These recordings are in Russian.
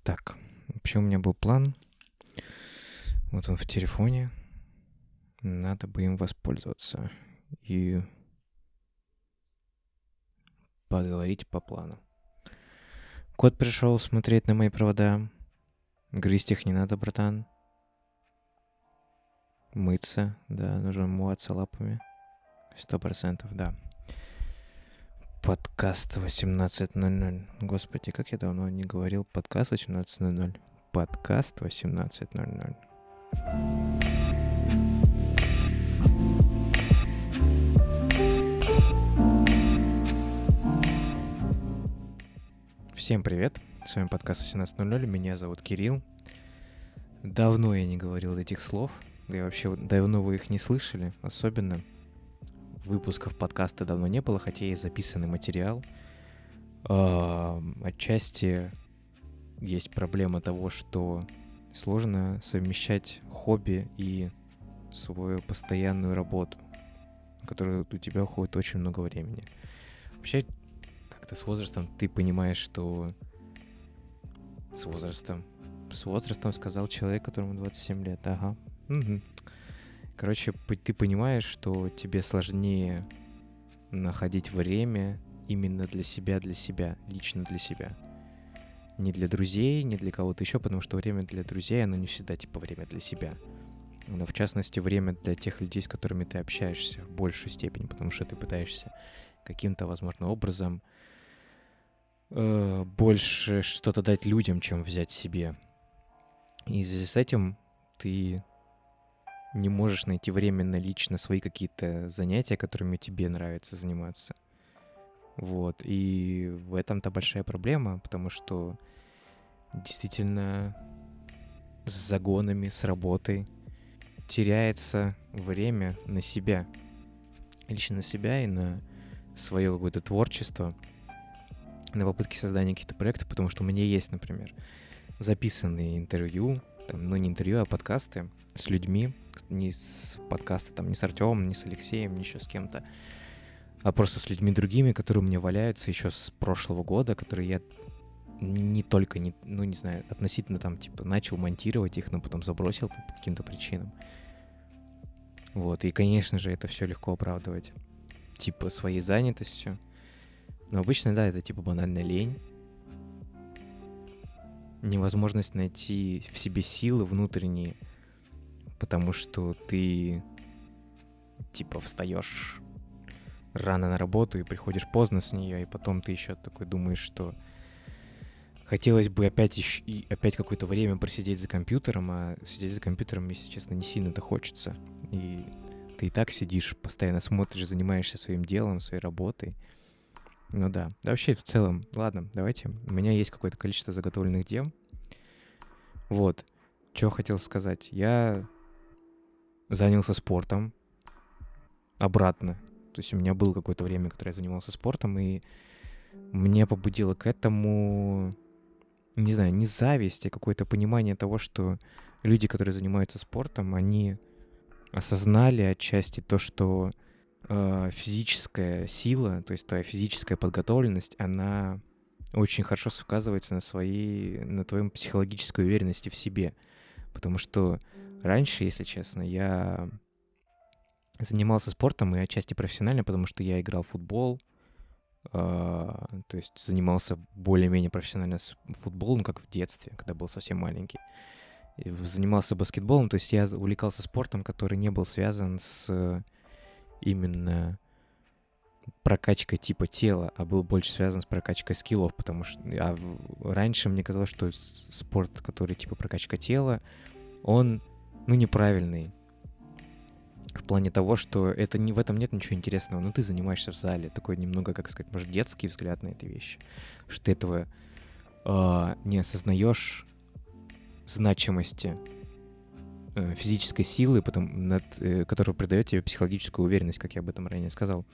Так, вообще у меня был план. Вот он в телефоне. Надо бы им воспользоваться и поговорить по плану. Кот пришел смотреть на мои провода. Грызть их не надо, братан. Мыться, да, нужно умываться лапами. 100%, да. Подкаст 18:00. Господи, как я давно не говорил. Подкаст 18:00. Подкаст 18:00. Всем привет, с вами подкаст 18:00, меня зовут Кирилл. Давно я не говорил этих слов, да и вообще давно вы их не слышали, особенно выпусков подкаста давно не было, хотя есть записанный материал. Отчасти есть проблема того, что сложно совмещать хобби и свою постоянную работу, на которую у тебя уходит очень много времени. Вообще, как-то с возрастом ты понимаешь, что... С возрастом сказал человек, которому 27 лет, ага. Угу. Короче, ты понимаешь, что тебе сложнее находить время именно для себя, лично для себя. Не для друзей, не для кого-то еще, потому что время для друзей, оно не всегда типа время для себя. Но в частности время для тех людей, с которыми ты общаешься в большей степени, потому что ты пытаешься каким-то, возможно, образом больше что-то дать людям, чем взять себе. И в связи с этим ты не можешь найти время на лично свои какие-то занятия, которыми тебе нравится заниматься. Вот. И в этом-то большая проблема, потому что действительно с загонами, с работой теряется время на себя. Лично на себя и на свое какое-то творчество, на попытки создания каких-то проектов, потому что у меня есть, например, записанные интервью, там, ну не интервью, а подкасты с людьми, не с подкаста, там, не с Артемом, не с Алексеем, не еще с кем-то, а просто с людьми другими, которые у меня валяются еще с прошлого года, которые я относительно там, типа, начал монтировать их, но потом забросил по каким-то причинам. Вот, и, конечно же, это все легко оправдывать, типа, своей занятостью. Но обычно, да, это, типа, банальная лень, невозможность найти в себе силы внутренние, потому что ты, типа, встаешь рано на работу и приходишь поздно с нее, и потом ты еще такой думаешь, что хотелось бы опять какое-то время просидеть за компьютером, а сидеть за компьютером, если честно, не сильно-то хочется. И ты и так сидишь, постоянно смотришь, занимаешься своим делом, своей работой. Ну да. Да вообще, в целом, ладно, давайте. У меня есть какое-то количество заготовленных дел. Вот. Что хотел сказать. Я занялся спортом обратно. То есть у меня было какое-то время, которое я занимался спортом, и меня побудило к этому, не знаю, не зависть, а какое-то понимание того, что люди, которые занимаются спортом, они осознали отчасти то, что физическая сила, то есть твоя физическая подготовленность, она очень хорошо сказывается на твоей психологической уверенности в себе. Потому что раньше, если честно, я занимался спортом и отчасти профессионально, потому что я играл в футбол, то есть занимался более-менее профессионально футболом, как в детстве, когда был совсем маленький. И занимался баскетболом, то есть я увлекался спортом, который не был связан с именно прокачкой типа тела, а был больше связан с прокачкой скиллов, потому что раньше мне казалось, что спорт, который типа прокачка тела, он, неправильный. В плане того, что в этом нет ничего интересного. Ну, ты занимаешься в зале. Такой немного, как сказать, может, детский взгляд на эти вещи. Что ты этого не осознаешь значимости физической силы, которая придает тебе психологическую уверенность, как я об этом ранее сказал.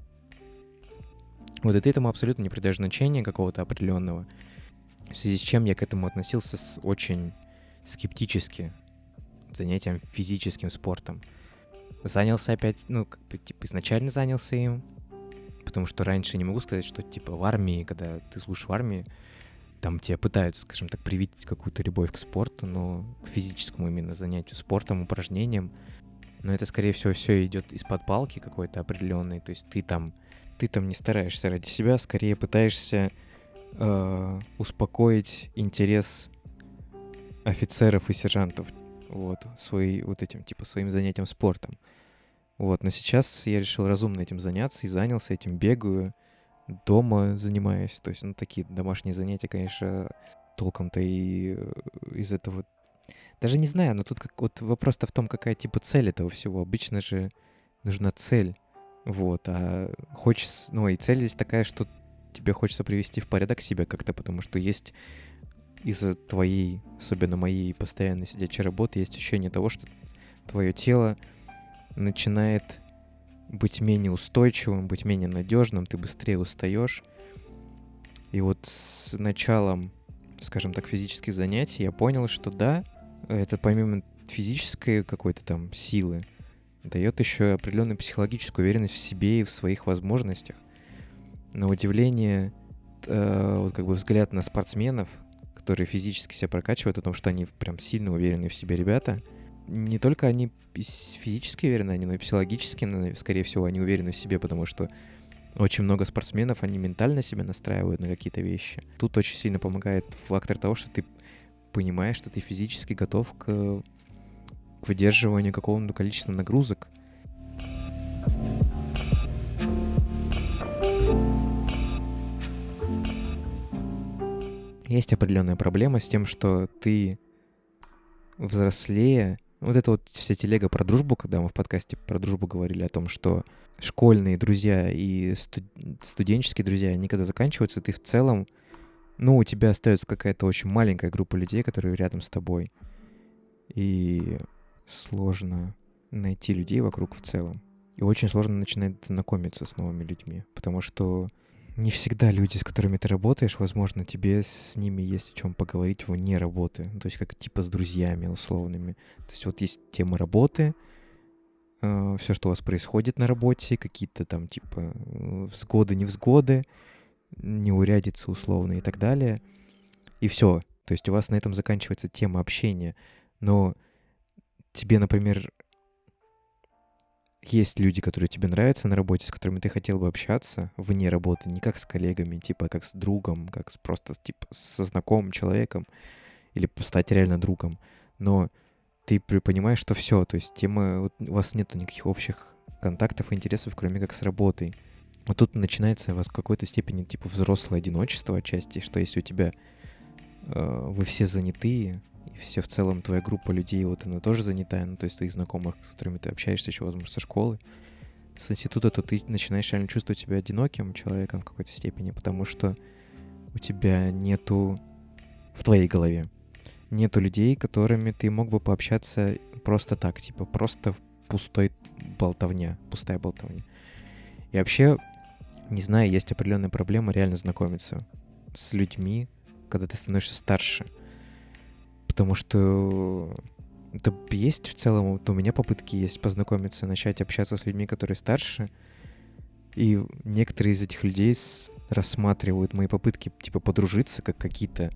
Вот и ты этому абсолютно не придаешь значения какого-то определенного. В связи с чем я к этому относился очень скептически. Занятием физическим спортом. Занялся опять, изначально занялся им, потому что раньше не могу сказать, что, в армии, когда ты служишь в армии, там тебе пытаются, скажем так, привить какую-то любовь к спорту, но к физическому именно занятию спортом, упражнениям. Но это, скорее всего, все идет из-под палки какой-то определенной. То есть ты там не стараешься ради себя, скорее пытаешься успокоить интерес офицеров и сержантов своим занятием спортом. Вот, но сейчас я решил разумно этим заняться и занялся этим, бегаю, дома занимаюсь. То есть, такие домашние занятия, конечно, толком-то и из этого... Даже не знаю, но тут вот вопрос-то в том, какая типа цель этого всего. Обычно же нужна цель. Вот, и цель здесь такая, что тебе хочется привести в порядок себя как-то, потому что есть из-за твоей, особенно моей постоянно сидячей работы, есть ощущение того, что твое тело начинает быть менее устойчивым, быть менее надежным, ты быстрее устаешь. И вот с началом, скажем так, физических занятий я понял, что да, это помимо физической какой-то там силы, дает еще определенную психологическую уверенность в себе и в своих возможностях. На удивление, взгляд на спортсменов, которые физически себя прокачивают, о том, что они прям сильно уверены в себе ребята, не только они физически уверены, но и психологически, скорее всего, они уверены в себе, потому что очень много спортсменов, они ментально себя настраивают на какие-то вещи. Тут очень сильно помогает фактор того, что ты понимаешь, что ты физически готов к выдерживанию какого-то количества нагрузок. Есть определенная проблема с тем, что ты взрослее. Вот это вот вся телега про дружбу, когда мы в подкасте про дружбу говорили о том, что школьные друзья и студенческие друзья, они когда заканчиваются, ты в целом, у тебя остается какая-то очень маленькая группа людей, которые рядом с тобой. И сложно найти людей вокруг в целом. И очень сложно начинать знакомиться с новыми людьми, потому что не всегда люди, с которыми ты работаешь, возможно, тебе с ними есть о чем поговорить вне работы. То есть как типа с друзьями условными. То есть вот есть тема работы, все, что у вас происходит на работе, какие-то там типа взгоды, невзгоды, неурядицы условно и так далее. И все. То есть у вас на этом заканчивается тема общения. Но тебе, например, есть люди, которые тебе нравятся на работе, с которыми ты хотел бы общаться вне работы, не как с коллегами, типа как с другом, как просто типа со знакомым человеком, или стать реально другом. Но ты понимаешь, что все, то есть у вас нету никаких общих контактов и интересов, кроме как с работой. Вот тут начинается у вас в какой-то степени типа взрослое одиночество отчасти, что если у тебя вы все занятые, и все в целом твоя группа людей, вот она тоже занятая, то есть твоих знакомых, с которыми ты общаешься еще, возможно, со школы, с института, то ты начинаешь реально чувствовать себя одиноким человеком в какой-то степени, потому что у тебя нету в твоей голове нету людей, которыми ты мог бы пообщаться просто так, типа просто в пустая болтовня. И вообще, не знаю, есть определенная проблема реально знакомиться с людьми, когда ты становишься старше. Потому что это есть в целом, вот у меня попытки есть познакомиться, начать общаться с людьми, которые старше. И некоторые из этих людей рассматривают мои попытки, типа, подружиться, как какие-то,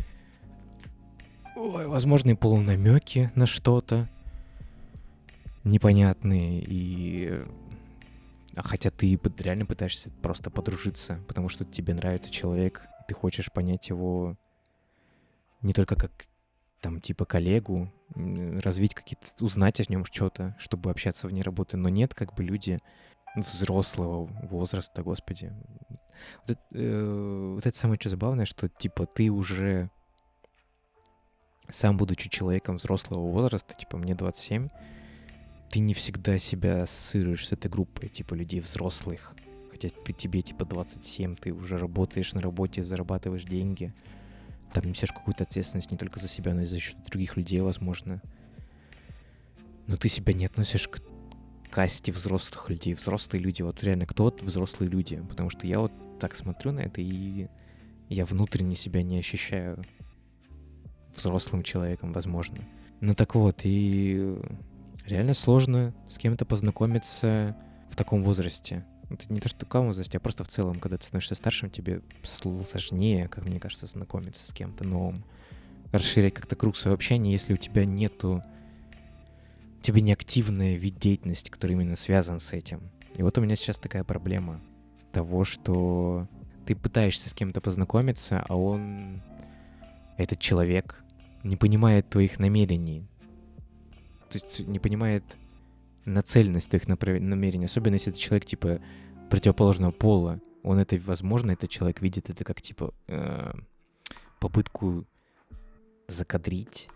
возможные полунамеки на что-то непонятные. Хотя ты реально пытаешься просто подружиться, потому что тебе нравится человек, и ты хочешь понять его не только как там, типа, коллегу, развить какие-то, узнать о нем что-то, чтобы общаться вне работы, но нет, как бы люди взрослого возраста, господи. Вот это самое что забавное, что, типа, ты уже сам, будучи человеком взрослого возраста, типа, мне 27, ты не всегда себя ассоциируешь с этой группой, типа, людей взрослых. Хотя тебе, типа, 27, ты уже работаешь на работе, зарабатываешь деньги, там несешь какую-то ответственность не только за себя, но и за счет других людей, возможно. Но ты себя не относишь к касте взрослых людей. Взрослые люди, вот реально, кто вот взрослые люди? Потому что я вот так смотрю на это, и я внутренне себя не ощущаю взрослым человеком, возможно. Ну так вот, и реально сложно с кем-то познакомиться в таком возрасте. Это не то, что такая возраст, а просто в целом, когда ты становишься старшим, тебе сложнее, как мне кажется, знакомиться с кем-то новым, расширять как-то круг своего общения, если у тебя нету... У тебя не активный вид деятельности, который именно связан с этим. И вот у меня сейчас такая проблема того, что ты пытаешься с кем-то познакомиться, а он, этот человек, не понимает твоих намерений. То есть не понимает нацеленность твоих намерений. Особенно если это человек, типа, противоположного пола. Он это, возможно, этот человек видит это как, типа, попытку закадрить.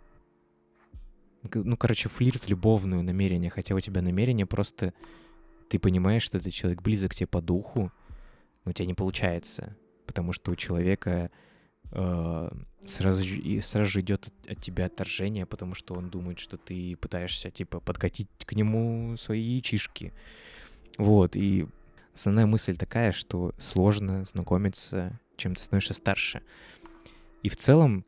Ну, короче, флирт, любовное намерение. Хотя у тебя намерение просто... Ты понимаешь, что этот человек близок к тебе по духу, но у тебя не получается. Потому что у человека сразу же идет от тебя отторжение, потому что он думает, что ты пытаешься, типа, подкатить к нему свои яичишки. Вот, и основная мысль такая, что сложно знакомиться, чем ты становишься старше. И в целом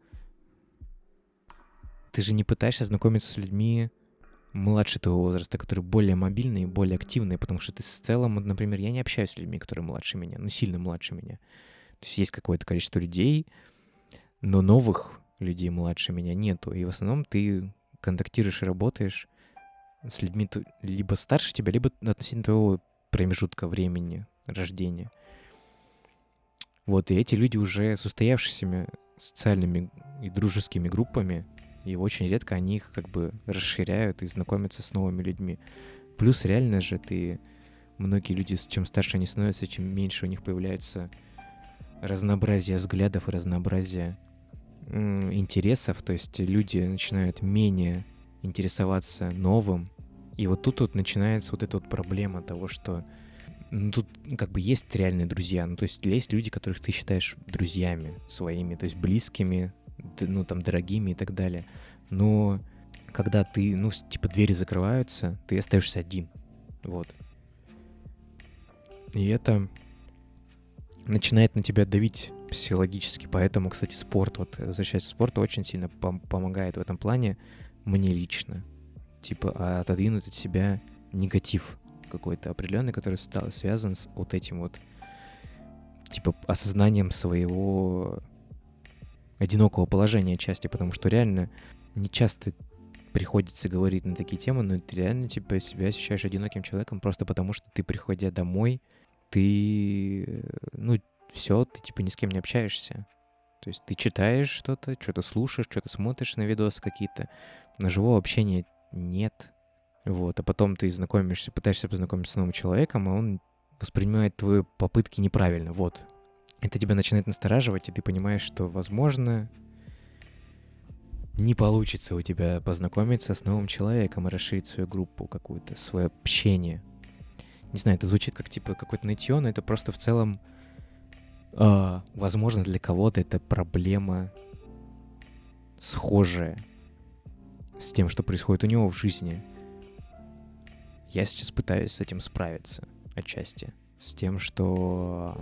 ты же не пытаешься знакомиться с людьми младше твоего возраста, которые более мобильные, более активные, потому что ты в целом, вот, например, я не общаюсь с людьми, которые младше меня, ну, сильно младше меня. То есть есть какое-то количество людей, но новых людей младше меня нету. И в основном ты контактируешь и работаешь с людьми либо старше тебя, либо относительно твоего промежутка времени рождения. Вот, и эти люди уже с устоявшимися социальными и дружескими группами, и очень редко они их как бы расширяют и знакомятся с новыми людьми. Плюс реально же многие люди, чем старше они становятся, чем меньше у них появляется разнообразие взглядов и разнообразие интересов, то есть люди начинают менее интересоваться новым. И вот тут вот начинается вот эта вот проблема того, что тут как бы есть реальные друзья, ну то есть есть люди, которых ты считаешь друзьями своими, то есть близкими, ну там дорогими и так далее. Но когда ты, ну типа двери закрываются, ты остаешься один, вот. И это начинает на тебя давить психологически, поэтому, кстати, спорт, вот возвращаясь к спорту, очень сильно помогает в этом плане мне лично, типа отодвинуть от себя негатив какой-то определенный, который связан с вот этим вот, типа, осознанием своего одинокого положения отчасти, потому что реально не часто приходится говорить на такие темы, но ты реально, типа, себя ощущаешь одиноким человеком просто потому, что ты, приходя домой, ты, ну, все, ты, типа, ни с кем не общаешься. То есть ты читаешь что-то слушаешь, что-то смотришь на видосы какие-то, но живого общения нет. Вот, а потом ты знакомишься, пытаешься познакомиться с новым человеком, а он воспринимает твои попытки неправильно, вот. Это тебя начинает настораживать, и ты понимаешь, что, возможно, не получится у тебя познакомиться с новым человеком и расширить свою группу какую-то, свое общение. Не знаю, это звучит как, типа, какое-то нытье, но это просто в целом, возможно, для кого-то это проблема схожая с тем, что происходит у него в жизни. Я сейчас пытаюсь с этим справиться отчасти. С тем, что...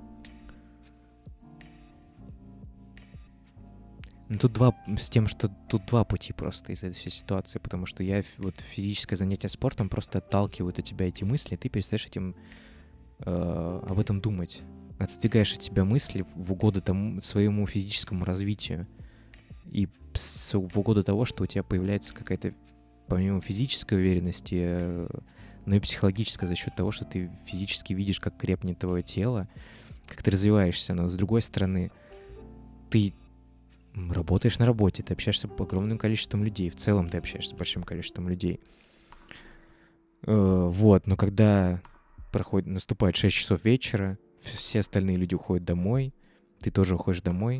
Ну, тут два пути просто из этой всей ситуации, потому что вот физическое занятие спортом просто отталкивает от тебя эти мысли, ты перестаешь об этом думать. Отодвигаешь от себя мысли в угоду своему физическому развитию. И в угоду того, что у тебя появляется какая-то, помимо физической уверенности, но и психологическая за счет того, что ты физически видишь, как крепнет твое тело, как ты развиваешься. Но с другой стороны, ты работаешь на работе, ты общаешься с огромным количеством людей. В целом ты общаешься с большим количеством людей. Вот, но когда наступает 6 часов вечера, все остальные люди уходят домой, ты тоже уходишь домой,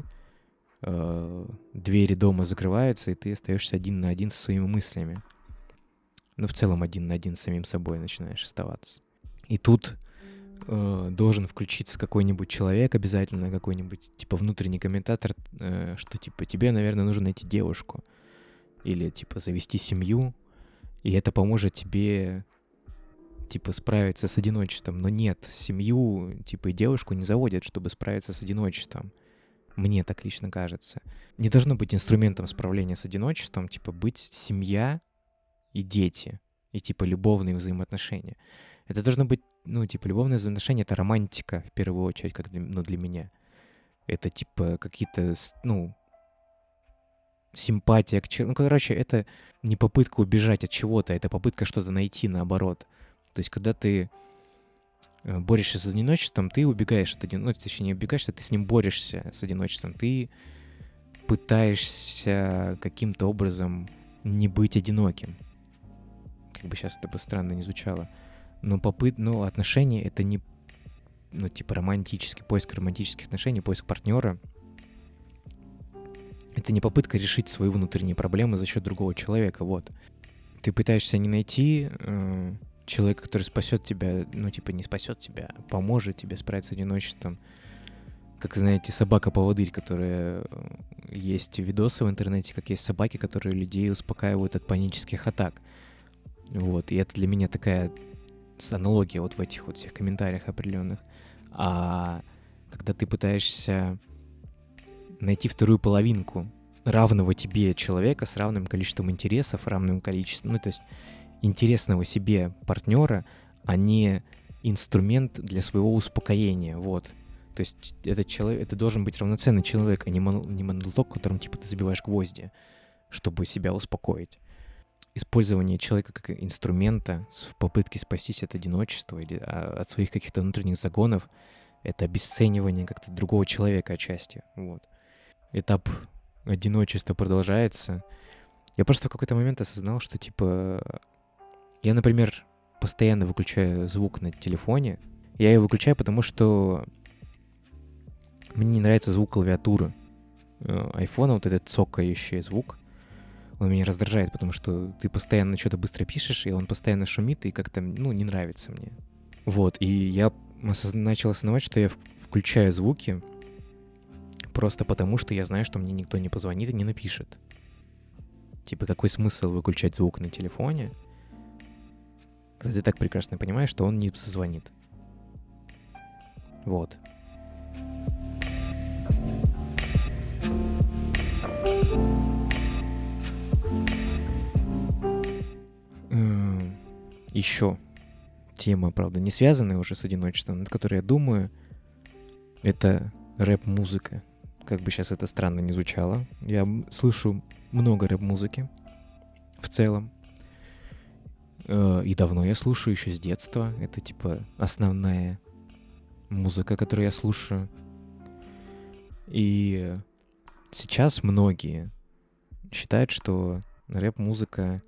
двери дома закрываются, и ты остаешься один на один со своими мыслями. Ну, в целом один на один с самим собой начинаешь оставаться. И тут должен включиться какой-нибудь человек обязательно, какой-нибудь, типа, внутренний комментатор, что, типа, тебе, наверное, нужно найти девушку. Или, типа, завести семью, и это поможет тебе, типа, справиться с одиночеством. Но нет, семью, типа, и девушку не заводят, чтобы справиться с одиночеством. Мне так лично кажется. Не должно быть инструментом справления с одиночеством, типа, быть семья и дети, и, типа, любовные взаимоотношения. Это должно быть, любовные взаимоотношения — это романтика, в первую очередь, для меня. Это, какие-то, симпатия к человеку. Это не попытка убежать от чего-то, это попытка что-то найти, наоборот. То есть, когда ты борешься с одиночеством, ты убегаешь от одиночества, точнее, не убегаешь, а ты с ним борешься, с одиночеством. Ты пытаешься каким-то образом не быть одиноким. Как бы сейчас это бы странно не звучало. Но отношения — это не, романтический, поиск романтических отношений, поиск партнера. Это не попытка решить свои внутренние проблемы за счет другого человека, вот. Ты пытаешься не найти человека, который спасет тебя, не спасет тебя, а поможет тебе справиться с одиночеством. Как, знаете, собака-поводырь, которая... Есть видосы в интернете, как есть собаки, которые людей успокаивают от панических атак. Вот, и это для меня такая аналогия вот в этих вот всех комментариях определенных. А когда ты пытаешься найти вторую половинку равного тебе человека с равным количеством интересов, равным количеством, то есть интересного себе партнера, а не инструмент для своего успокоения, вот. То есть это должен быть равноценный человек, а не монолог, которым ты забиваешь гвозди, чтобы себя успокоить. Использование человека как инструмента в попытке спастись от одиночества или от своих каких-то внутренних загонов — это обесценивание как-то другого человека отчасти, вот. Этап одиночества продолжается. Я просто в какой-то момент осознал, что, я, например, постоянно выключаю звук на телефоне. Я его выключаю, потому что мне не нравится звук клавиатуры айфона, вот этот цокающий звук. Он меня раздражает, потому что ты постоянно что-то быстро пишешь, и он постоянно шумит, и как-то, не нравится мне. Вот, и я начал осознавать, что я включаю звуки просто потому, что я знаю, что мне никто не позвонит и не напишет. Какой смысл выключать звук на телефоне, когда ты так прекрасно понимаешь, что он не созвонит. Вот. Еще тема, правда, не связанная уже с одиночеством, над которой я думаю, это рэп-музыка. Как бы сейчас это странно не звучало. Я слышу много рэп-музыки в целом. И давно я слушаю, еще с детства. Это, основная музыка, которую я слушаю. И сейчас многие считают, что рэп-музыка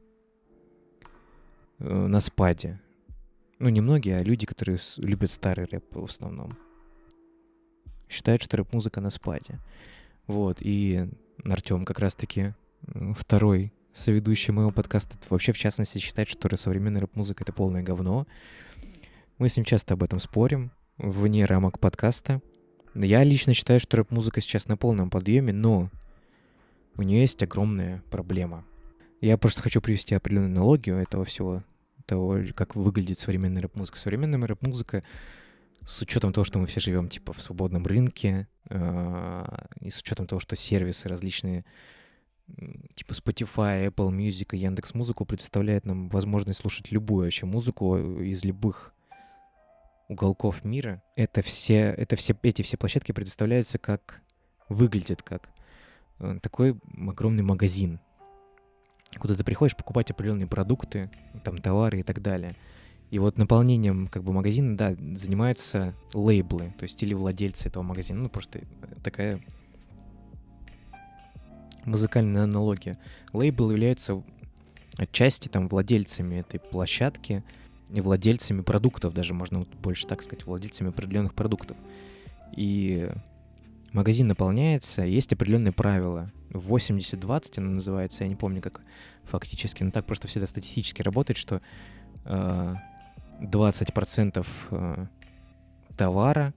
на спаде. Не многие, а люди, которые любят старый рэп в основном. Считают, что рэп-музыка на спаде. Вот, и Артём как раз-таки второй соведущий моего подкаста вообще, в частности, считает, что современная рэп-музыка — это полное говно. Мы с ним часто об этом спорим, вне рамок подкаста. Я лично считаю, что рэп-музыка сейчас на полном подъеме, но у нее есть огромная проблема. Я просто хочу привести определенную аналогию этого всего, того, как выглядит современная рэп-музыка. Современная рэп-музыка, с учетом того, что мы все живем в свободном рынке, и с учетом того, что сервисы различные, Spotify, Apple Music и Яндекс.Музыку предоставляют нам возможность слушать любую вообще музыку из любых уголков мира. Эти все площадки предоставляются выглядят как такой огромный магазин, куда ты приходишь покупать определенные продукты, товары и так далее. И вот наполнением магазина, да, занимаются лейблы, то есть или владельцы этого магазина. Просто такая музыкальная аналогия. Лейблы являются отчасти владельцами этой площадки и владельцами продуктов, даже можно больше так сказать, владельцами определенных продуктов. И магазин наполняется, есть определенные правила. 80-20 она называется, я не помню, как фактически, но так просто всегда статистически работает, что 20% товара,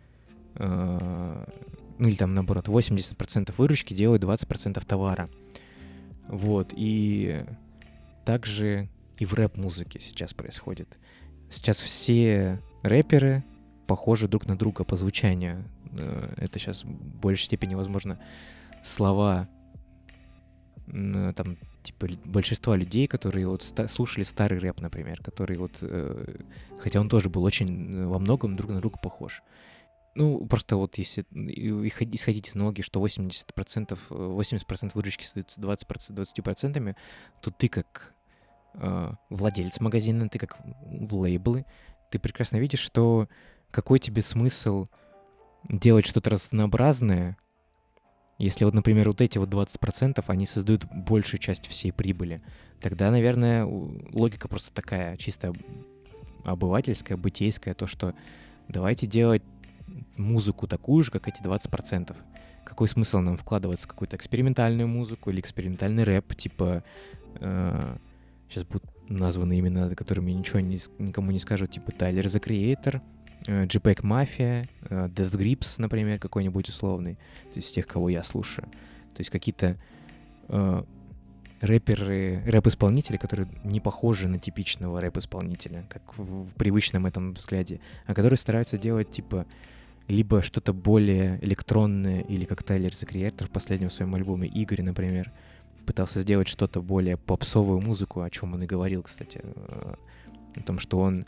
или наоборот, 80% выручки делают 20% товара. Вот, и также и в рэп-музыке сейчас происходит. Сейчас все рэперы похожи друг на друга по звучанию. Это сейчас в большей степени, возможно, слова большинства людей, которые вот слушали старый рэп, например, который вот, хотя он тоже был очень во многом друг на друга похож. Ну, просто вот если исходить из аналогии, что 80% выручки создаются 20%, то ты как владелец магазина, ты как лейблы, ты прекрасно видишь, что какой тебе смысл делать что-то разнообразное, если вот, например, вот эти вот 20%, они создают большую часть всей прибыли. Тогда, наверное, логика просто такая, чисто обывательская, бытейская, то, что давайте делать музыку такую же, как эти 20%. Какой смысл нам вкладываться в какую-то экспериментальную музыку или экспериментальный рэп, типа... сейчас будут названы имена, которыми ничего никому не скажу, типа Tyler, The Creator, JPEG Mafia, Death Grips, например, какой-нибудь условный, то есть тех, кого я слушаю. То есть какие-то рэп-исполнители, которые не похожи на типичного рэп-исполнителя, как в привычном этом взгляде, а которые стараются делать, типа, либо что-то более электронное, или как Tyler, The Creator в последнем своем альбоме «Игорь», например, пытался сделать что-то более попсовую музыку, о чем он и говорил, кстати, о том, что он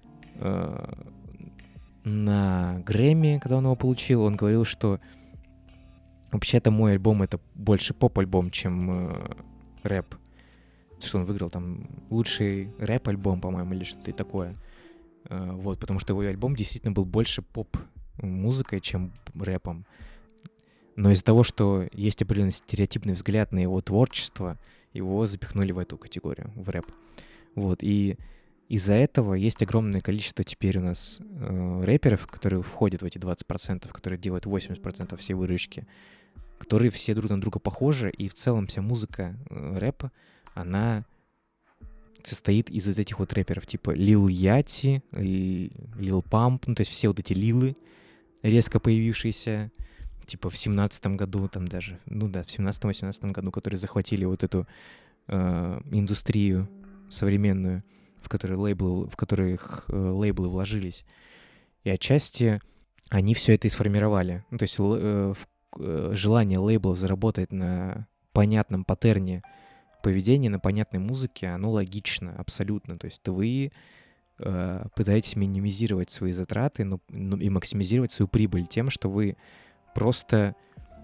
на Грэмми, когда он его получил, он говорил, что вообще-то мой альбом — это больше поп-альбом, чем рэп. Что он выиграл там лучший рэп-альбом, по-моему, или что-то такое. Вот, потому что его альбом действительно был больше поп-музыкой, чем рэпом. Но из-за того, что есть определенный стереотипный взгляд на его творчество, его запихнули в эту категорию, в рэп. Вот, и из-за этого есть огромное количество теперь у нас рэперов, которые входят в эти 20%, которые делают 80% всей выручки, которые все друг на друга похожи, и в целом вся музыка рэпа, она состоит из вот этих вот рэперов, типа Lil Yachty, Lil Pump, ну, то есть все вот эти лилы, резко появившиеся, типа в 17-м году, там даже, ну да, в 17-18 году, которые захватили вот эту индустрию современную, в которых лейблы вложились. И отчасти они все это и сформировали. Ну, то есть желание лейблов заработать на понятном паттерне поведения, на понятной музыке, оно логично, абсолютно. То есть вы пытаетесь минимизировать свои затраты и максимизировать свою прибыль тем, что вы просто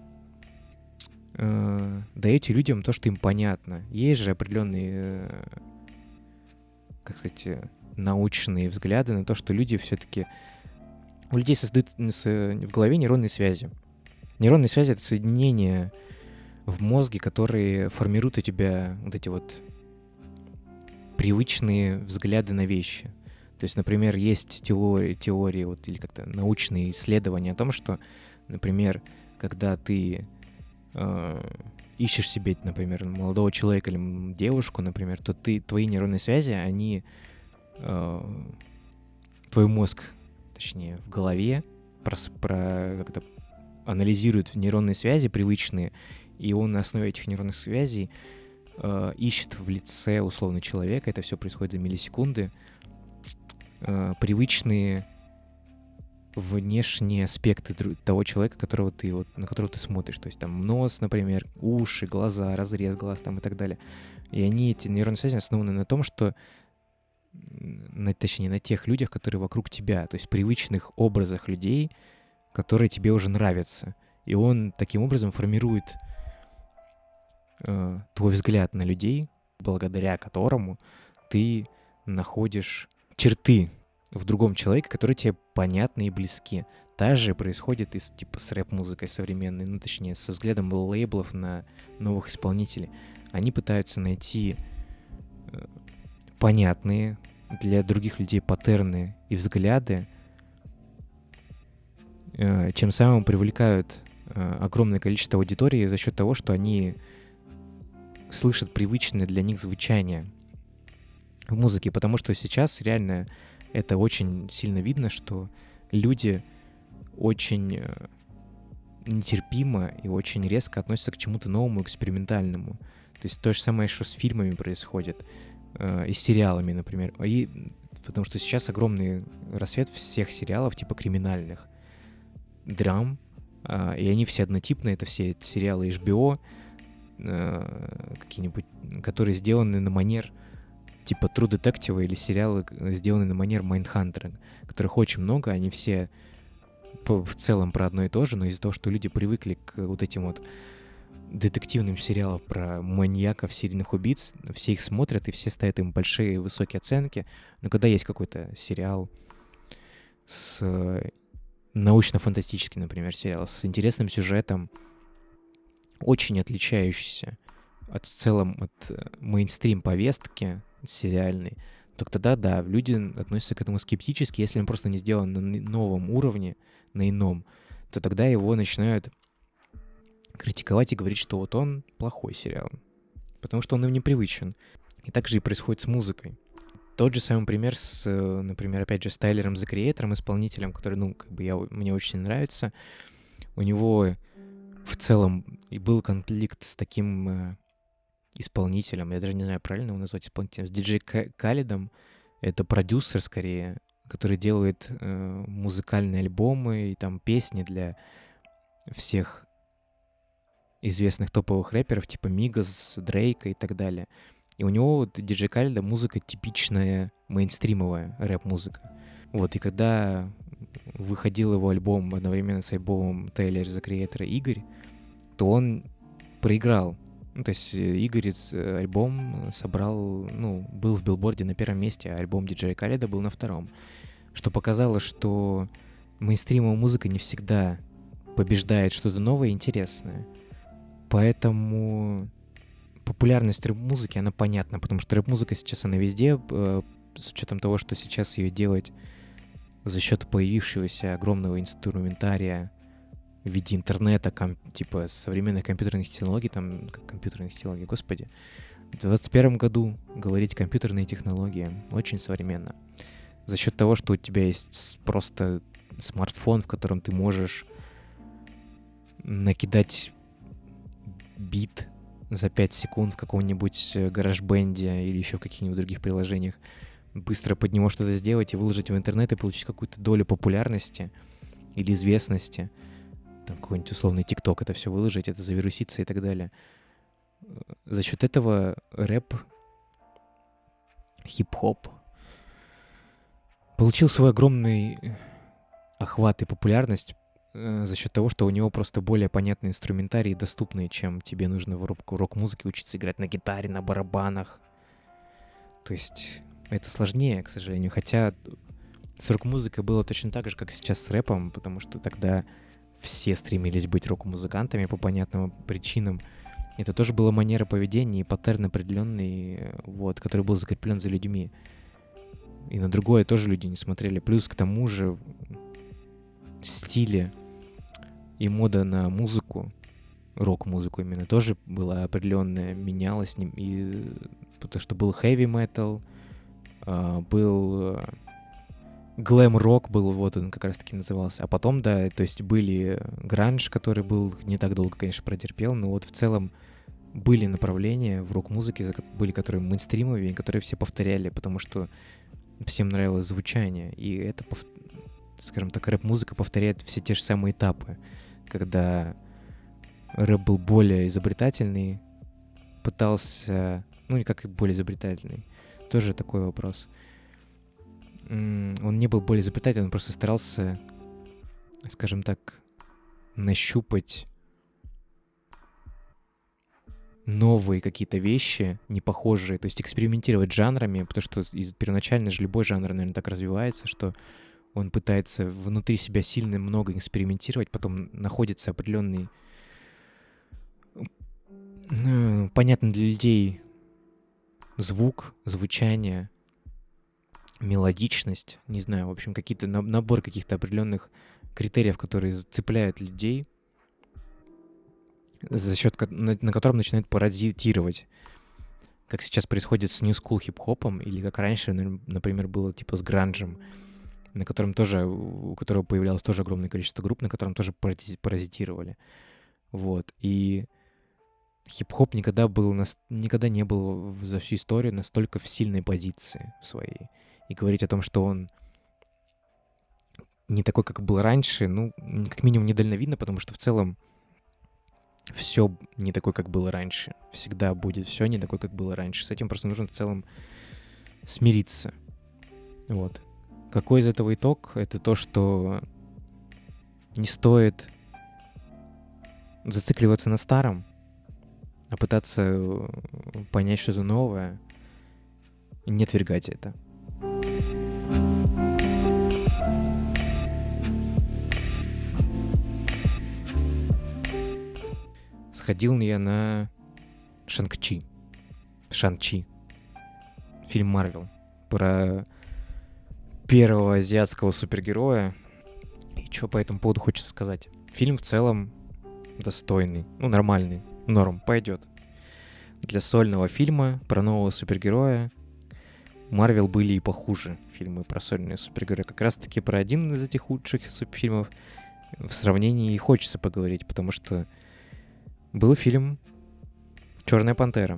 даете людям то, что им понятно. Есть же определенные, как сказать, научные взгляды на то, что люди все-таки... У людей создают в голове нейронные связи. Нейронные связи — это соединения в мозге, которые формируют у тебя вот эти вот привычные взгляды на вещи. То есть, например, есть теории вот, или как-то научные исследования о том, что, например, когда ты ищешь себе, например, молодого человека или девушку, например, то твои нейронные связи, они твой мозг, точнее, в голове как-то анализирует нейронные связи привычные, и он на основе этих нейронных связей ищет в лице условно человека, это все происходит за миллисекунды, привычные внешние аспекты того человека, на которого ты смотришь. То есть там нос, например, уши, глаза, разрез глаз там и так далее. И эти нейронные связи основаны на том, что точнее, на тех людях, которые вокруг тебя, то есть привычных образах людей, которые тебе уже нравятся. И он таким образом формирует твой взгляд на людей, благодаря которому ты находишь черты в другом человеке, которые тебе понятны и близки. Та же происходит с рэп-музыкой современной, ну, точнее, со взглядом лейблов на новых исполнителей. Они пытаются найти понятные для других людей паттерны и взгляды, чем самым привлекают огромное количество аудитории за счет того, что они слышат привычное для них звучание в музыке, потому что сейчас реально это очень сильно видно, что люди очень нетерпимо и очень резко относятся к чему-то новому, экспериментальному. То есть то же самое, что с фильмами происходит, и с сериалами, например. Потому что сейчас огромный рассвет всех сериалов типа криминальных, драм, и они все однотипные, это все сериалы HBO, какие-нибудь, которые сделаны на манер типа True Detective или сериалы, сделаны на манер Майндхантера, которых очень много, они все в целом про одно и то же, но из-за того, что люди привыкли к вот этим вот детективным сериалам про маньяков, серийных убийц, все их смотрят и все ставят им большие высокие оценки. Но когда есть какой-то сериал с научно-фантастический, например, сериал с интересным сюжетом, очень отличающийся в целом от мейнстрим повестки сериальной, то тогда, да, люди относятся к этому скептически. Если он просто не сделан на новом уровне, на ином, то тогда его начинают критиковать и говорить, что вот он плохой сериал, потому что он им непривычен. И так же и происходит с музыкой. Тот же самый пример с, например, опять же, с Тайлером The Creator, исполнителем, который, ну, как бы мне очень нравится. У него в целом и был конфликт с таким исполнителем, я даже не знаю, правильно его назвать исполнителем, с диджей Калидом. Это продюсер, скорее, который делает музыкальные альбомы и там песни для всех известных топовых рэперов, типа Мигас, Дрейка и так далее. И у него вот диджей Калида музыка типичная, мейнстримовая рэп-музыка. Вот, и когда выходил его альбом одновременно с альбомом Тайлера The Creator Игорь, то он проиграл. Ну, то есть Игорь альбом собрал, ну, был в билборде на первом месте, а альбом диджея Калида был на втором. Что показало, что мейнстримовая музыка не всегда побеждает что-то новое и интересное. Поэтому популярность рэп-музыки, она понятна, потому что рэп-музыка сейчас, она везде, с учетом того, что сейчас ее делать за счет появившегося огромного инструментария в виде интернета, типа современных компьютерных технологий, господи. В 2021 году говорить компьютерные технологии очень современно. За счет того, что у тебя есть просто смартфон, в котором ты можешь накидать бит за 5 секунд в каком-нибудь GarageBand или еще в каких-нибудь других приложениях, быстро под него что-то сделать и выложить в интернет и получить какую-то долю популярности или известности. Там какой-нибудь условный ТикТок это все выложить, это завируситься и так далее. За счет этого рэп, хип-хоп получил свой огромный охват и популярность за счет того, что у него просто более понятные инструментарии, доступные, чем тебе нужно в рок-музыке учиться играть на гитаре, на барабанах. То есть это сложнее, к сожалению. Хотя с рок-музыкой было точно так же, как сейчас с рэпом, потому что тогда все стремились быть рок-музыкантами по понятным причинам. Это тоже была манера поведения и паттерн определенный, вот, который был закреплен за людьми. И на другое тоже люди не смотрели. Плюс к тому же стили и мода на музыку, рок-музыку именно, тоже была определенная, менялась. И потому что был heavy metal, был глэм-рок, был, вот он как раз-таки назывался. А потом, да, то есть были гранж, который был не так долго, конечно, протерпел, но вот в целом были направления в рок-музыке, были которые мейнстримовые, которые все повторяли, потому что всем нравилось звучание. И это, скажем так, рэп-музыка повторяет все те же самые этапы, когда рэп был более изобретательный, пытался... Ну, не как и более изобретательный. Тоже такой вопрос. Он не был более изобретательным, он просто старался, скажем так, нащупать новые какие-то вещи, не похожие, то есть экспериментировать с жанрами, потому что первоначально же любой жанр, наверное, так развивается, что он пытается внутри себя сильно много экспериментировать, потом находится определенный, понятный для людей звук, звучание, мелодичность, не знаю, в общем, какие-то набор каких-то определенных критериев, которые цепляют людей, за счет на котором начинают паразитировать. Как сейчас происходит с New School хип-хопом, или как раньше, например, было типа с гранжем, на котором тоже, у которого появлялось тоже огромное количество групп, на котором тоже паразитировали. Вот. И хип-хоп никогда не был за всю историю настолько в сильной позиции своей. И говорить о том, что он не такой, как был раньше, ну, как минимум недальновидно, потому что в целом все не такой, как было раньше. Всегда будет все не такой, как было раньше. С этим просто нужно в целом смириться. Вот. Какой из этого итог? Это то, что не стоит зацикливаться на старом, а пытаться понять что-то новое и не отвергать это. Сходил я на Шанг-Чи. Фильм Марвел про первого азиатского супергероя. И что по этому поводу хочется сказать? Фильм в целом достойный, нормальный, норм, пойдет. Для сольного фильма про нового супергероя Марвел были и похуже фильмы про сольные супергероя. Как раз таки про один из этих худших фильмов в сравнении и хочется поговорить, потому что был фильм «Черная пантера»,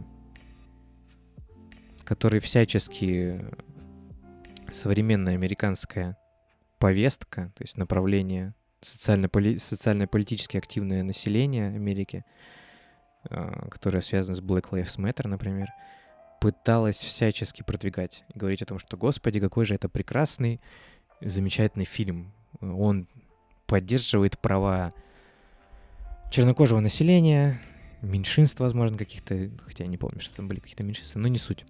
который всячески современная американская повестка, то есть направление социально-политически активное население Америки, которое связано с Black Lives Matter, например, пыталась всячески продвигать. И говорить о том, что, господи, какой же это прекрасный, замечательный фильм. Он поддерживает права чернокожего населения, меньшинств, возможно, каких-то, хотя я не помню, что там были какие-то меньшинства, но не суть.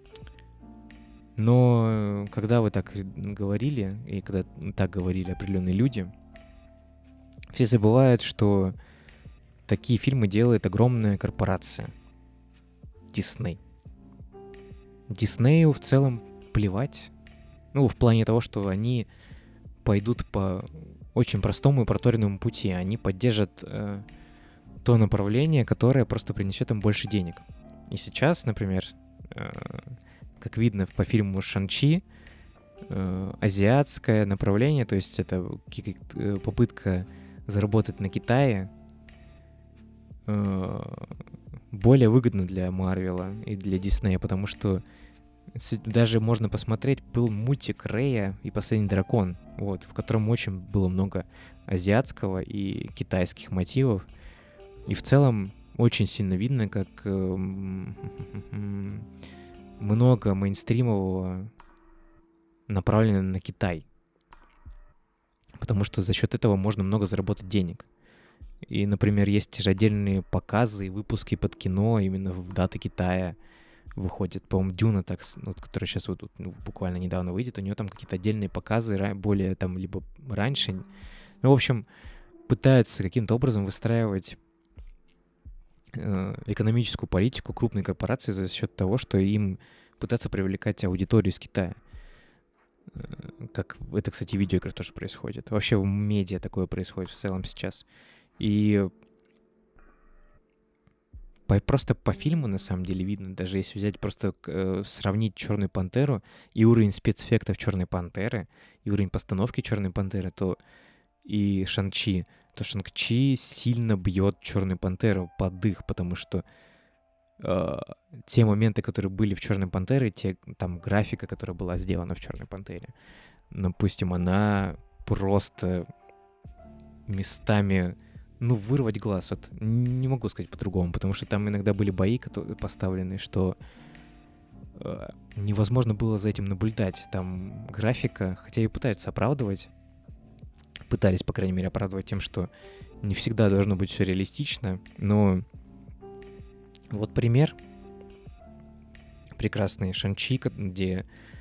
Но когда вы так говорили, и когда так говорили определенные люди, все забывают, что такие фильмы делает огромная корпорация. Дисней. Диснею в целом плевать. В плане того, что они пойдут по очень простому и проторенному пути. Они поддержат то направление, которое просто принесет им больше денег. И сейчас, например, как видно по фильму «Шан-Чи», азиатское направление, то есть это попытка заработать на Китае, более выгодно для Марвела и для Диснея, потому что даже можно посмотреть, был мультик Рэя и Последний дракон, в котором очень было много азиатского и китайских мотивов. И в целом очень сильно видно, как много мейнстримового направлено на Китай. Потому что за счет этого можно много заработать денег. И, например, есть же отдельные показы и выпуски под кино именно в даты Китая выходят. По-моему, Дюна, которая сейчас буквально недавно выйдет, у нее там какие-то отдельные показы, более там либо раньше. В общем, пытаются каким-то образом выстраивать экономическую политику крупной корпорации за счет того, что им пытаться привлекать аудиторию из Китая. Как это, кстати, в видеоиграх тоже происходит. Вообще в медиа такое происходит в целом сейчас. И просто по фильму, на самом деле, видно, даже если взять просто сравнить «Черную пантеру» и уровень спецэффектов «Черной пантеры», и уровень постановки «Черной пантеры», то и Шанг-Чи, то Шанг-Чи сильно бьет «Черную пантеру» под дых, потому что те моменты, которые были в «Черной пантере», там графика, которая была сделана в «Черной пантере», допустим, она просто местами, вырвать глаз. Не могу сказать по-другому, потому что там иногда были бои поставлены, что невозможно было за этим наблюдать. Там графика, хотя и пытаются оправдывать, пытались, по крайней мере, оправдывать тем, что не всегда должно быть все реалистично, но вот пример прекрасный Шан-Чи, где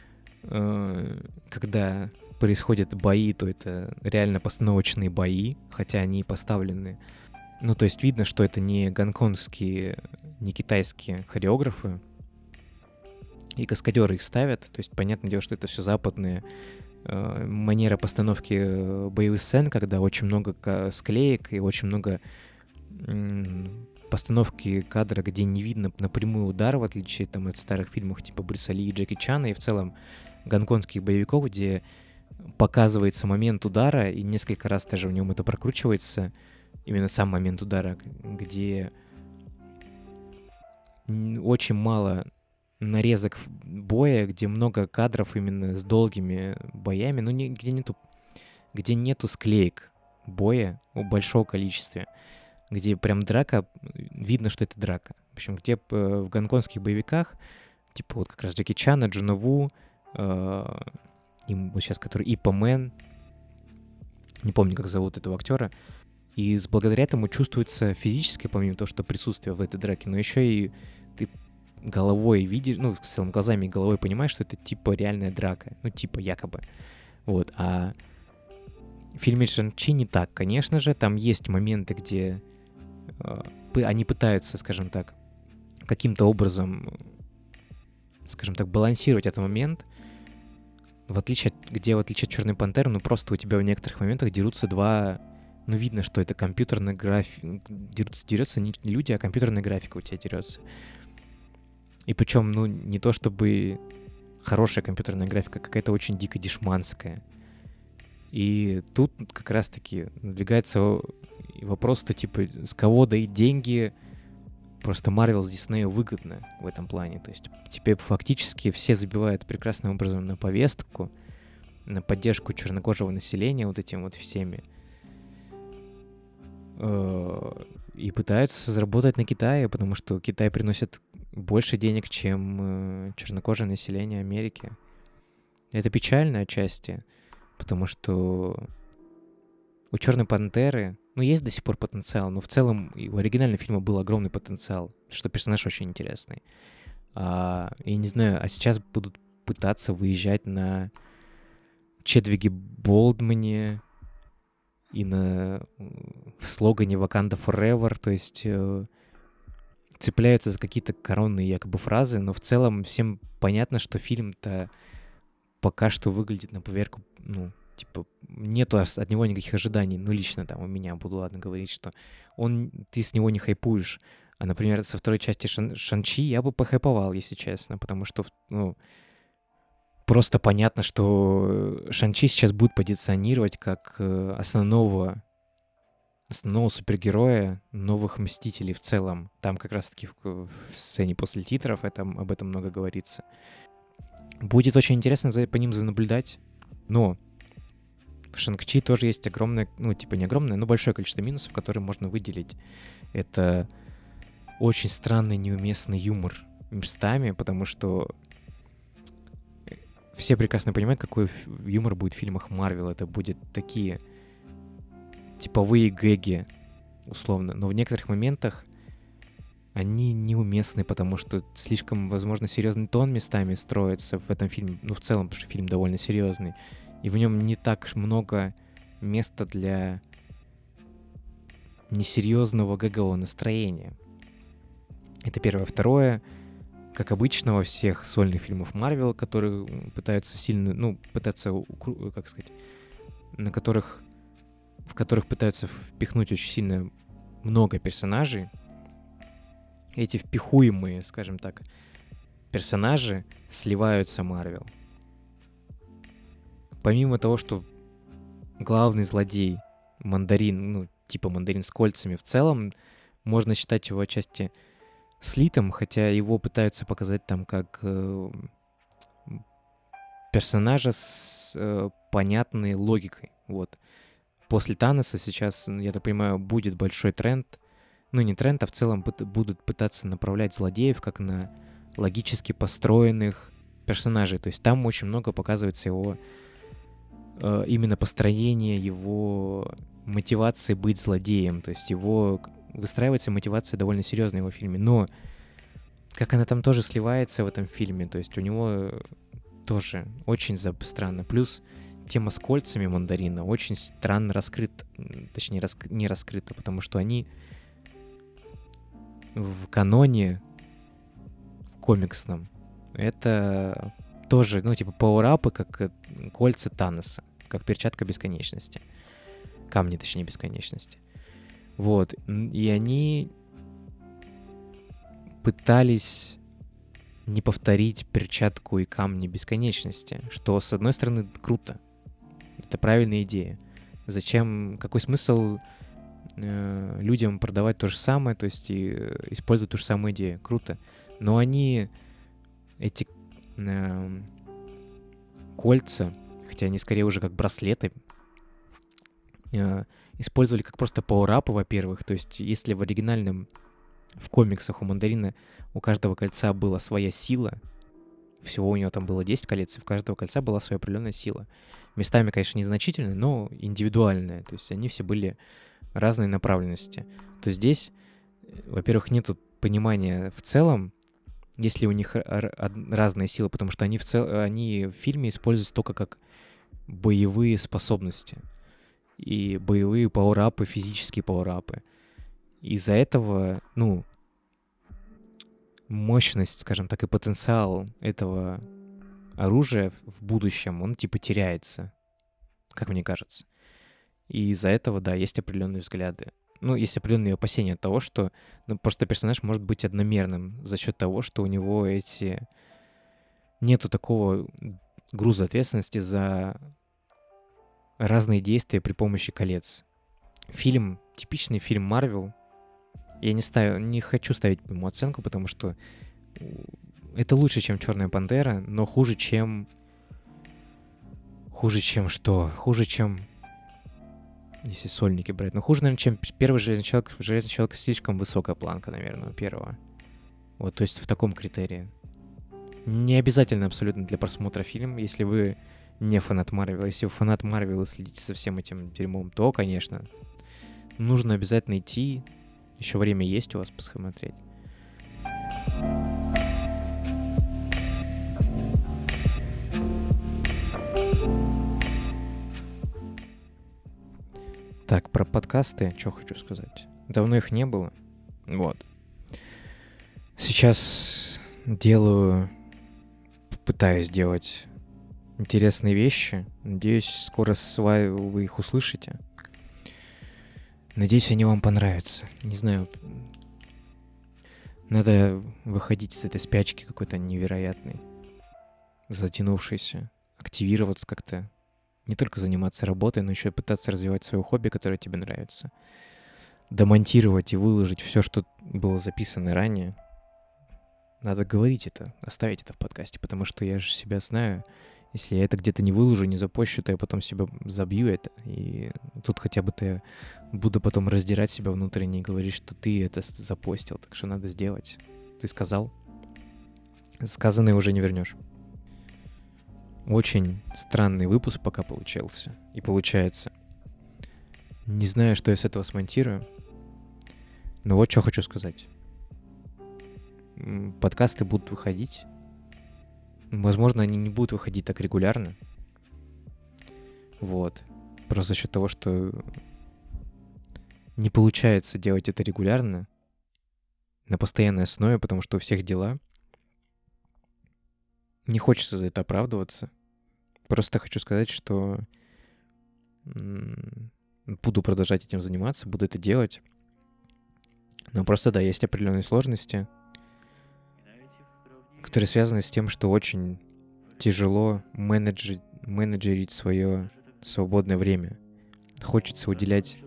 когда происходят бои, то это реально постановочные бои, хотя они поставлены. То есть видно, что это не гонконгские, не китайские хореографы, и каскадеры их ставят. То есть понятное дело, что это все западные манера постановки боевых сцен, когда очень много склеек и очень много постановки кадра, где не видно напрямую удар, в отличие от старых фильмов типа Брюса Ли и Джеки Чана, и в целом гонконгских боевиков, где показывается момент удара, и несколько раз даже в нем это прокручивается, именно сам момент удара, где очень мало нарезок боя, где много кадров именно с долгими боями, где нету склеек боя в большом количестве. где прям драка, видно, что это драка. В общем, где в гонконгских боевиках, типа вот как раз Джеки Чана, Джона Ву, вот сейчас который Ипа Мэн, не помню, как зовут этого актера, и благодаря этому чувствуется физическое, помимо того, что присутствие в этой драке, но еще и ты головой видишь, ну, в целом глазами и головой понимаешь, что это типа реальная драка, ну, типа якобы. Вот, а в фильме Шан-Чи не так, конечно же, там есть моменты, где они пытаются, скажем так, каким-то образом, скажем так, балансировать этот момент, в отличие от Черной Пантеры, ну просто у тебя в некоторых моментах дерутся два, ну видно, что это компьютерная графика, дерется не люди, а компьютерная графика у тебя дерется. И причем, ну, не то чтобы хорошая компьютерная графика, какая-то очень дико дешманская. И тут как раз-таки надвигается вопрос, что типа с кого дают деньги, просто Marvel с Disney выгодно в этом плане. То есть теперь фактически все забивают прекрасным образом на повестку, на поддержку чернокожего населения вот этим вот всеми. И пытаются заработать на Китае, потому что Китай приносит больше денег, чем чернокожее население Америки. Это печально отчасти, потому что у Черной Пантеры, ну, есть до сих пор потенциал, но в целом и у оригинального фильма был огромный потенциал, что персонаж очень интересный. Я не знаю, а сейчас будут пытаться выезжать на Чедвиге Болдмане и на слогане «Wakanda Forever», то есть цепляются за какие-то коронные якобы фразы, но в целом всем понятно, что фильм-то пока что выглядит на поверку, ну, типа, нету от него никаких ожиданий. Ну, лично там у меня, буду ладно говорить, что ты с него не хайпуешь. А, например, со второй части Шан-Чи я бы похайповал, если честно, потому что, ну, просто понятно, что Шан-Чи сейчас будет позиционировать как основного супергероя новых Мстителей в целом. Там как раз-таки в сцене после титров об этом много говорится. Будет очень интересно по ним наблюдать, но в Шанг-Чи тоже есть огромное, ну, типа не огромное, но большое количество минусов, которые можно выделить. Это очень странный, неуместный юмор местами, потому что все прекрасно понимают, какой юмор будет в фильмах Марвел. Это будет такие типовые гэги, условно. Но в некоторых моментах они неуместны, потому что слишком, возможно, серьезный тон местами строится в этом фильме. Ну, в целом, потому что фильм довольно серьезный. И в нем не так много места для несерьезного гэгового настроения. Это первое. Второе, как обычно во всех сольных фильмах Марвел, которые пытаются сильно, ну, как сказать, в которых пытаются впихнуть очень сильно много персонажей, эти впихуемые, скажем так, персонажи сливаются Марвел. Помимо того, что главный злодей Мандарин, ну, типа Мандарин с кольцами, в целом можно считать его отчасти слитым, хотя его пытаются показать там как персонажа с понятной логикой. Вот. После Таноса сейчас, я так понимаю, будет большой тренд. Ну, не тренд, а в целом будут пытаться направлять злодеев как на логически построенных персонажей. То есть там очень много показывается его именно построение, его мотивации быть злодеем. То есть выстраивается мотивация довольно серьезная в его фильме. Но как она там тоже сливается в этом фильме, то есть у него тоже очень странно. Плюс тема с кольцами Мандарина очень странно раскрыта. Точнее, не раскрыта, потому что они в каноне, в комиксном, это тоже, ну, типа, пауэрапы, как кольца Таноса, как перчатка бесконечности. Камни, точнее, бесконечности. Вот. И они пытались не повторить перчатку и камни бесконечности, что, с одной стороны, круто. Это правильная идея. Зачем, какой смысл людям продавать то же самое, то есть и использовать ту же самую идею? Круто. Но они эти кольца, хотя они скорее уже как браслеты, использовали как просто пауэрапы, во-первых. То есть если в комиксах у Мандарина у каждого кольца была своя сила, всего у него там было 10 колец, и в каждого кольца была своя определенная сила. Местами, конечно, незначительная, но индивидуальная. То есть они все были разной направленности. То есть здесь, во-первых, нету понимания в целом, если у них разные силы, потому что они в фильме используются только как боевые способности. И боевые пауэрапы, физические пауэрапы. Из-за этого, мощность, скажем так, и потенциал этого оружия в будущем, он типа теряется, как мне кажется. И из-за этого, да, есть определенные взгляды. Есть определенные опасения от того, что просто персонаж может быть одномерным за счет того, что у него нету такого груза ответственности за разные действия при помощи колец. Типичный фильм Марвел. Я не хочу ставить ему оценку, потому что это лучше, чем «Черная пантера», но хуже, чем что? Хуже, чем... Если сольники брать. Но хуже, наверное, чем первый «Железный человек». «Железный человек» слишком высокая планка, наверное, у первого. Вот, то есть в таком критерии. Не обязательно абсолютно для просмотра фильм, если вы не фанат Марвел. Если вы фанат Марвел и следите за всем этим дерьмом, то, конечно, нужно обязательно идти. Еще время есть у вас посмотреть. Так, про подкасты, что хочу сказать. Давно их не было. Вот. Сейчас пытаюсь делать интересные вещи. Надеюсь, скоро вы их услышите. Надеюсь, они вам понравятся. Не знаю. Надо выходить из этой спячки какой-то невероятной, затянувшейся, активироваться как-то. Не только заниматься работой, но еще и пытаться развивать свое хобби, которое тебе нравится. Домонтировать и выложить все, что было записано ранее. Надо говорить это, оставить это в подкасте, потому что я же себя знаю. Если я это где-то не выложу, не запощу, то я потом себя забью это. И тут хотя бы я буду потом раздирать себя внутренне и говорить, что ты это запостил. Так что надо сделать. Ты сказал. Сказанное уже не вернешь. Очень странный выпуск пока получился. И получается. Не знаю, что я с этого смонтирую. Но вот что хочу сказать. Подкасты будут выходить. Возможно, они не будут выходить так регулярно. Вот. Просто за счет того, что не получается делать это регулярно, на постоянной основе, потому что у всех дела. Не хочется за это оправдываться. Просто хочу сказать, что буду продолжать этим заниматься, буду это делать. Но просто, да, есть определенные сложности, которые связаны с тем, что очень тяжело менеджерить свое свободное время. Хочется уделять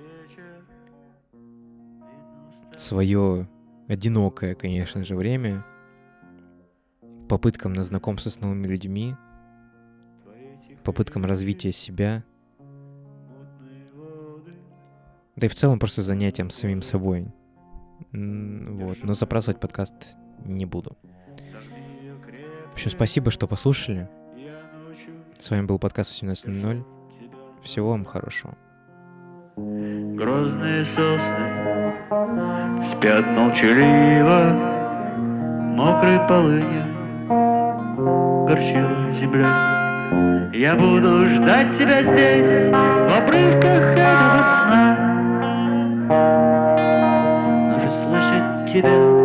свое одинокое, конечно же, время попыткам на знакомство с новыми людьми, попыткам развития себя, да и в целом просто занятием самим собой. Вот. Но забрасывать подкаст не буду. В общем, спасибо, что послушали. С вами был подкаст 18:00. Всего вам хорошего. Грозные сосны спят молчаливо, мокрой полынью горчила земля. Я буду ждать тебя здесь, в обрывках этого сна, но же слышать тебя